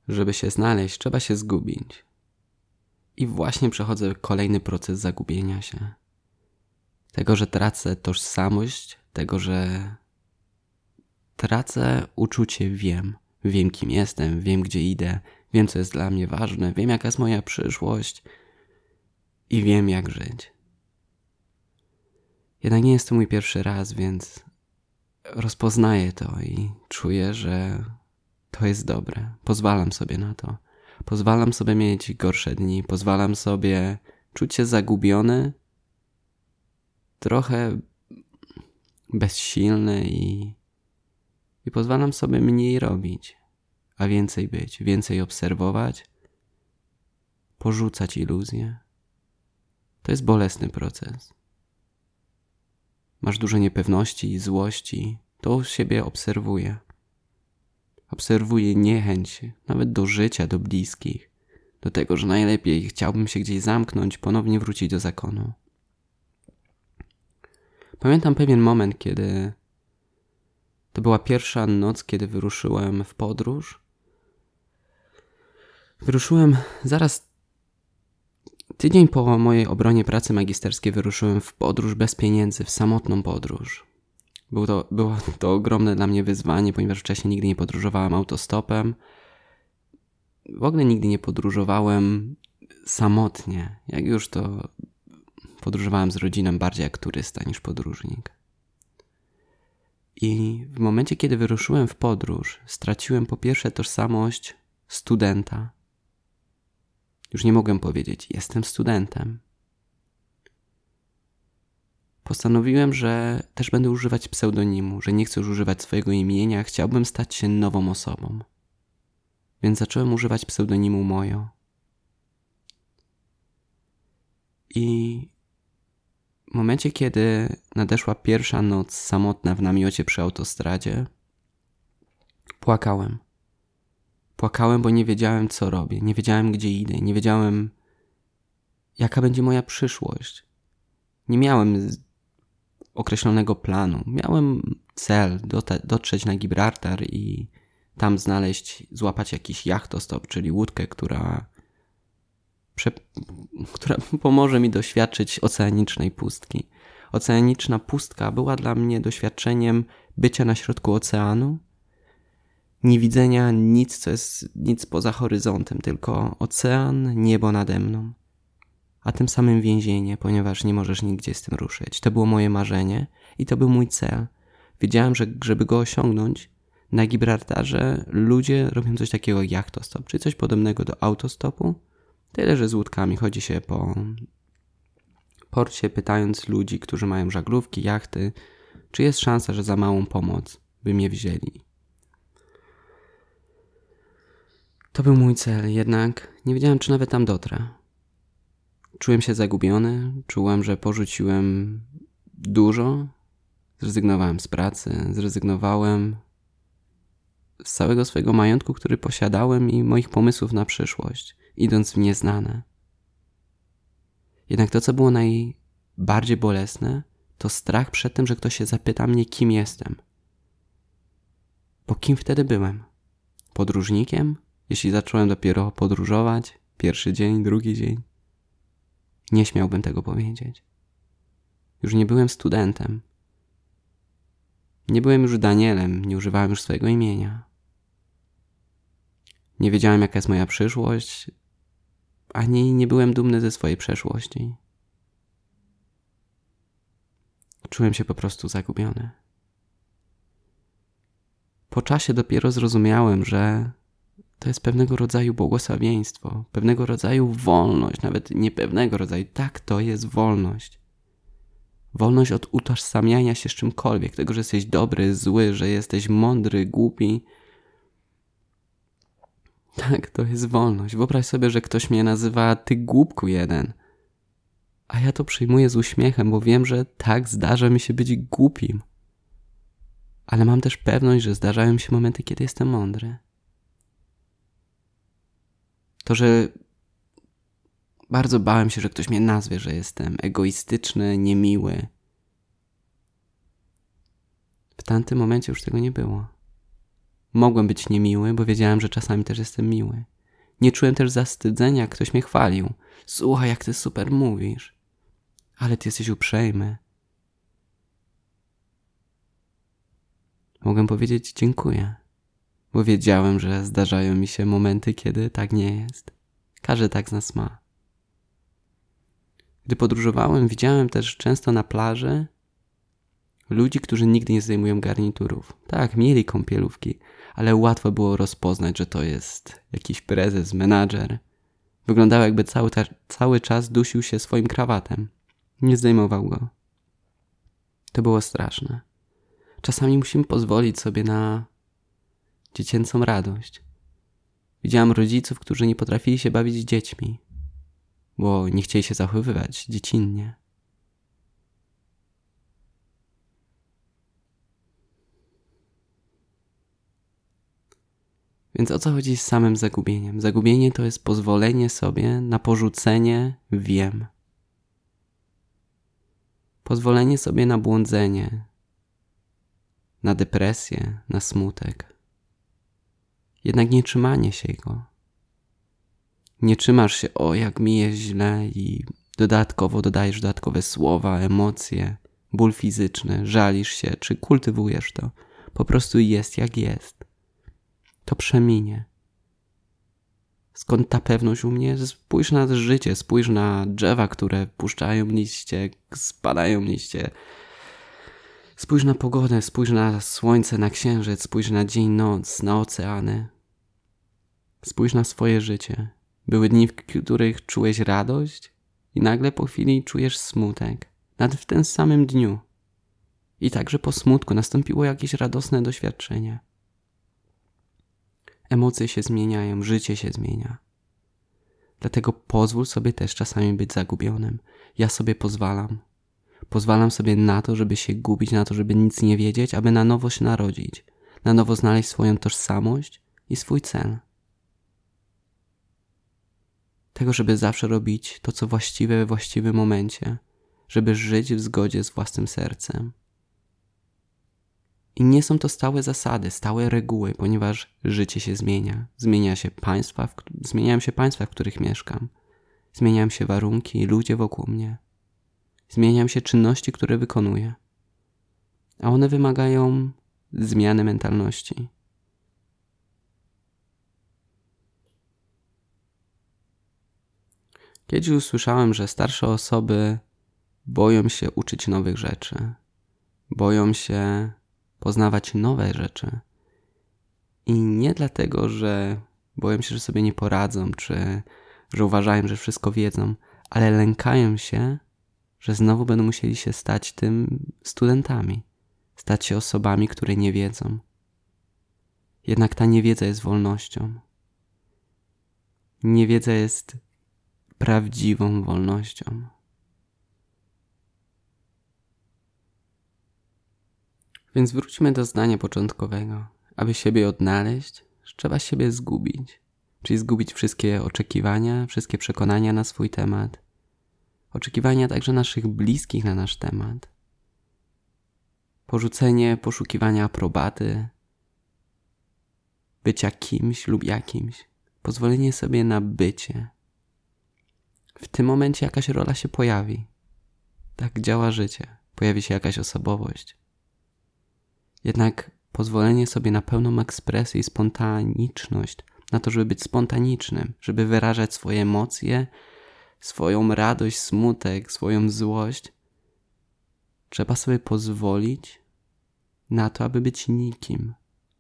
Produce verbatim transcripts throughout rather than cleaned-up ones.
żeby się znaleźć, trzeba się zgubić. I właśnie przechodzę kolejny proces zagubienia się. Tego, że tracę tożsamość, tego, że tracę uczucie wiem. Wiem, kim jestem, wiem, gdzie idę, wiem, co jest dla mnie ważne, wiem, jaka jest moja przyszłość i wiem, jak żyć. Jednak nie jest to mój pierwszy raz, więc rozpoznaję to i czuję, że to jest dobre. Pozwalam sobie na to. Pozwalam sobie mieć gorsze dni, pozwalam sobie czuć się zagubiony, trochę bezsilny i, i pozwalam sobie mniej robić, a więcej być, więcej obserwować, porzucać iluzje. To jest bolesny proces. Masz dużo niepewności i złości, to siebie obserwuję. Obserwuję niechęć, nawet do życia, do bliskich, do tego, że najlepiej chciałbym się gdzieś zamknąć, ponownie wrócić do zakonu. Pamiętam pewien moment, kiedy to była pierwsza noc, kiedy wyruszyłem w podróż. Wyruszyłem zaraz tydzień po mojej obronie pracy magisterskiej, wyruszyłem w podróż bez pieniędzy, w samotną podróż. Był to, było to ogromne dla mnie wyzwanie, ponieważ wcześniej nigdy nie podróżowałem autostopem. W ogóle nigdy nie podróżowałem samotnie. Jak już to podróżowałem z rodziną bardziej jak turysta niż podróżnik. I w momencie, kiedy wyruszyłem w podróż, straciłem po pierwsze tożsamość studenta. Już nie mogłem powiedzieć, jestem studentem. Postanowiłem, że też będę używać pseudonimu, że nie chcę już używać swojego imienia, chciałbym stać się nową osobą. Więc zacząłem używać pseudonimu Mojo. I w momencie, kiedy nadeszła pierwsza noc samotna w namiocie przy autostradzie, płakałem. Płakałem, bo nie wiedziałem, co robię, nie wiedziałem, gdzie idę, nie wiedziałem, jaka będzie moja przyszłość. Nie miałem określonego planu. Miałem cel dota- dotrzeć na Gibraltar i tam znaleźć, złapać jakiś jachtostop, czyli łódkę, która, prze- która pomoże mi doświadczyć oceanicznej pustki. Oceaniczna pustka była dla mnie doświadczeniem bycia na środku oceanu, nie widzenia nic, co jest nic poza horyzontem, tylko ocean, niebo nade mną. A tym samym więzienie, ponieważ nie możesz nigdzie z tym ruszyć. To było moje marzenie i to był mój cel. Wiedziałem, że żeby go osiągnąć, na Gibraltarze ludzie robią coś takiego jak jachtostop, czyli coś podobnego do autostopu. Tyle, że z łódkami chodzi się po porcie, pytając ludzi, którzy mają żaglówki, jachty, czy jest szansa, że za małą pomoc by mnie wzięli. To był mój cel, jednak nie wiedziałem, czy nawet tam dotrę. Czułem się zagubiony, czułem, że porzuciłem dużo, zrezygnowałem z pracy, zrezygnowałem z całego swojego majątku, który posiadałem i moich pomysłów na przyszłość, idąc w nieznane. Jednak to, co było najbardziej bolesne, to strach przed tym, że ktoś się zapyta mnie, kim jestem. Bo kim wtedy byłem? Podróżnikiem? Jeśli zacząłem dopiero podróżować, pierwszy dzień, drugi dzień. Nie śmiałbym tego powiedzieć. Już nie byłem studentem. Nie byłem już Danielem, nie używałem już swojego imienia. Nie wiedziałem, jaka jest moja przyszłość, ani nie byłem dumny ze swojej przeszłości. Czułem się po prostu zagubiony. Po czasie dopiero zrozumiałem, że to jest pewnego rodzaju błogosławieństwo, pewnego rodzaju wolność, nawet nie pewnego rodzaju, tak, to jest wolność. Wolność od utożsamiania się z czymkolwiek, tego, że jesteś dobry, zły, że jesteś mądry, głupi. Tak, to jest wolność. Wyobraź sobie, że ktoś mnie nazywa ty głupku jeden. A ja to przyjmuję z uśmiechem, bo wiem, że tak, zdarza mi się być głupim. Ale mam też pewność, że zdarzają mi się momenty, kiedy jestem mądry. To, że bardzo bałem się, że ktoś mnie nazwie, że jestem egoistyczny, niemiły. W tamtym momencie już tego nie było. Mogłem być niemiły, bo wiedziałem, że czasami też jestem miły. Nie czułem też zawstydzenia, jak ktoś mnie chwalił. Słuchaj, jak ty super mówisz. Ale ty jesteś uprzejmy. Mogłem powiedzieć dziękuję, bo wiedziałem, że zdarzają mi się momenty, kiedy tak nie jest. Każdy tak z nas ma. Gdy podróżowałem, widziałem też często na plaży ludzi, którzy nigdy nie zdejmują garniturów. Tak, mieli kąpielówki, ale łatwo było rozpoznać, że to jest jakiś prezes, menadżer. Wyglądał, jakby cały, ta, cały czas dusił się swoim krawatem. Nie zdejmował go. To było straszne. Czasami musimy pozwolić sobie na dziecięcą radość. Widziałem rodziców, którzy nie potrafili się bawić z dziećmi, bo nie chcieli się zachowywać dziecinnie. Więc o co chodzi z samym zagubieniem? Zagubienie to jest pozwolenie sobie na porzucenie wiem. Pozwolenie sobie na błądzenie, na depresję, na smutek. Jednak nie trzymanie się go. Nie trzymasz się, o jak mi jest źle i dodatkowo dodajesz dodatkowe słowa, emocje, ból fizyczny, żalisz się, czy kultywujesz to. Po prostu jest jak jest. To przeminie. Skąd ta pewność u mnie? Spójrz na życie, spójrz na drzewa, które puszczają liście, spadają liście. Spójrz na pogodę, spójrz na słońce, na księżyc, spójrz na dzień, noc, na oceany. Spójrz na swoje życie. Były dni, w których czułeś radość i nagle po chwili czujesz smutek. Nawet w tym samym dniu. I także po smutku nastąpiło jakieś radosne doświadczenie. Emocje się zmieniają, życie się zmienia. Dlatego pozwól sobie też czasami być zagubionym. Ja sobie pozwalam. Pozwalam sobie na to, żeby się gubić, na to, żeby nic nie wiedzieć, aby na nowo się narodzić. Na nowo znaleźć swoją tożsamość i swój cel. Tego, żeby zawsze robić to, co właściwe we właściwym momencie. Żeby żyć w zgodzie z własnym sercem. I nie są to stałe zasady, stałe reguły, ponieważ życie się zmienia. Zmienia się państwa, w, zmieniają się państwa, w których mieszkam. Zmieniają się warunki i ludzie wokół mnie. Zmieniają się czynności, które wykonuję. A one wymagają zmiany mentalności. Kiedyś usłyszałem, że starsze osoby boją się uczyć nowych rzeczy. Boją się poznawać nowe rzeczy. I nie dlatego, że boją się, że sobie nie poradzą, czy że uważają, że wszystko wiedzą, ale lękają się, że znowu będą musieli się stać tym studentami. Stać się osobami, które nie wiedzą. Jednak ta niewiedza jest wolnością. Niewiedza jest prawdziwą wolnością. Więc wróćmy do zdania początkowego. Aby siebie odnaleźć, trzeba siebie zgubić. Czyli zgubić wszystkie oczekiwania, wszystkie przekonania na swój temat. Oczekiwania także naszych bliskich na nasz temat. Porzucenie poszukiwania aprobaty, bycia kimś lub jakimś. Pozwolenie sobie na bycie. W tym momencie jakaś rola się pojawi. Tak działa życie. Pojawi się jakaś osobowość. Jednak pozwolenie sobie na pełną ekspresję i spontaniczność, na to, żeby być spontanicznym, żeby wyrażać swoje emocje, swoją radość, smutek, swoją złość. Trzeba sobie pozwolić na to, aby być nikim.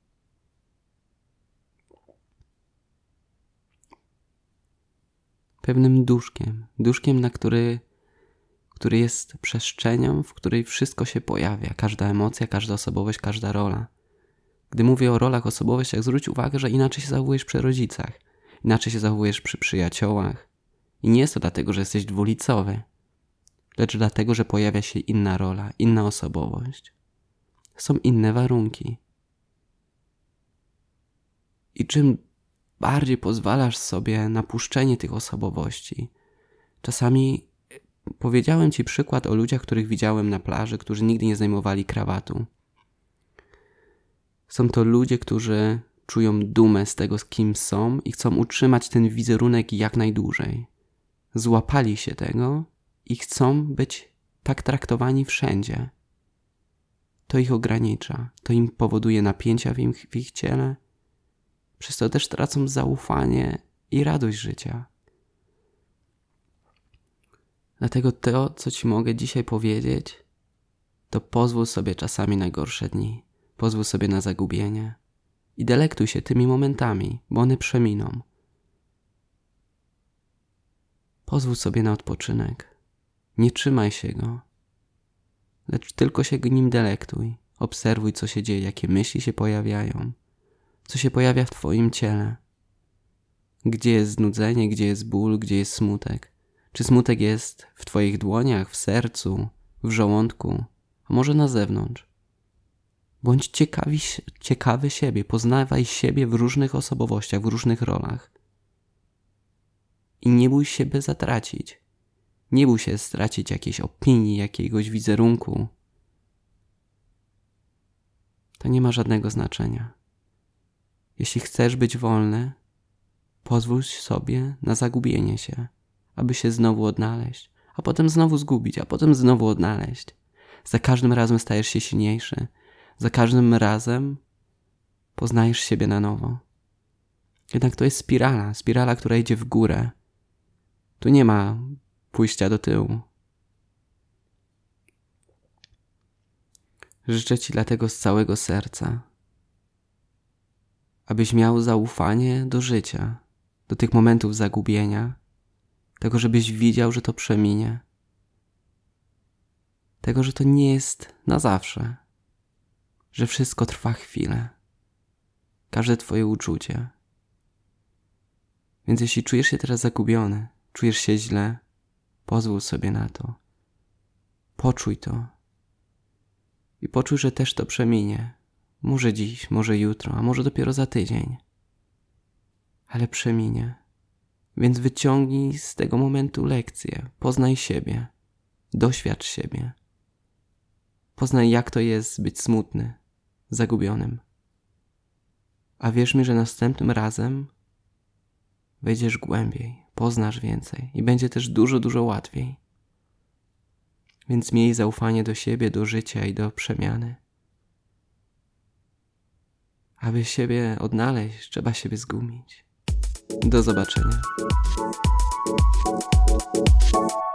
Pewnym duszkiem, duszkiem, na który, który jest przestrzenią, w której wszystko się pojawia. Każda emocja, każda osobowość, każda rola. Gdy mówię o rolach, osobowościach, zwróć uwagę, że inaczej się zachowujesz przy rodzicach, inaczej się zachowujesz przy przyjaciołach. I nie jest to dlatego, że jesteś dwulicowy, lecz dlatego, że pojawia się inna rola, inna osobowość. Są inne warunki. I czym bardziej pozwalasz sobie na puszczenie tych osobowości. Czasami powiedziałem Ci przykład o ludziach, których widziałem na plaży, którzy nigdy nie zdejmowali krawatu. Są to ludzie, którzy czują dumę z tego, z kim są i chcą utrzymać ten wizerunek jak najdłużej. Złapali się tego i chcą być tak traktowani wszędzie. To ich ogranicza, to im powoduje napięcia w ich, w ich ciele. Przez to też tracą zaufanie i radość życia. Dlatego to, co ci mogę dzisiaj powiedzieć, to pozwól sobie czasami na gorsze dni. Pozwól sobie na zagubienie. I delektuj się tymi momentami, bo one przeminą. Pozwól sobie na odpoczynek. Nie trzymaj się go, lecz tylko się nim delektuj. Obserwuj, co się dzieje, jakie myśli się pojawiają, co się pojawia w twoim ciele. Gdzie jest znudzenie, gdzie jest ból, gdzie jest smutek. Czy smutek jest w twoich dłoniach, w sercu, w żołądku, a może na zewnątrz? Bądź ciekawy, ciekawy siebie, poznawaj siebie w różnych osobowościach, w różnych rolach. I nie bój siebie zatracić. Nie bój się stracić jakiejś opinii, jakiegoś wizerunku. To nie ma żadnego znaczenia. Jeśli chcesz być wolny, pozwól sobie na zagubienie się, aby się znowu odnaleźć, a potem znowu zgubić, a potem znowu odnaleźć. Za każdym razem stajesz się silniejszy. Za każdym razem poznajesz siebie na nowo. Jednak to jest spirala, spirala, która idzie w górę. Tu nie ma pójścia do tyłu. Życzę ci dlatego z całego serca, abyś miał zaufanie do życia, do tych momentów zagubienia, tego, żebyś widział, że to przeminie, tego, że to nie jest na zawsze, że wszystko trwa chwilę, każde twoje uczucie. Więc jeśli czujesz się teraz zagubiony, czujesz się źle, pozwól sobie na to. Poczuj to. I poczuj, że też to przeminie. Może dziś, może jutro, a może dopiero za tydzień. Ale przeminie. Więc wyciągnij z tego momentu lekcję. Poznaj siebie. Doświadcz siebie. Poznaj, jak to jest być smutny, zagubionym. A wierz mi, że następnym razem wejdziesz głębiej, poznasz więcej i będzie też dużo, dużo łatwiej. Więc miej zaufanie do siebie, do życia i do przemiany. Aby siebie odnaleźć, trzeba siebie zgubić. Do zobaczenia.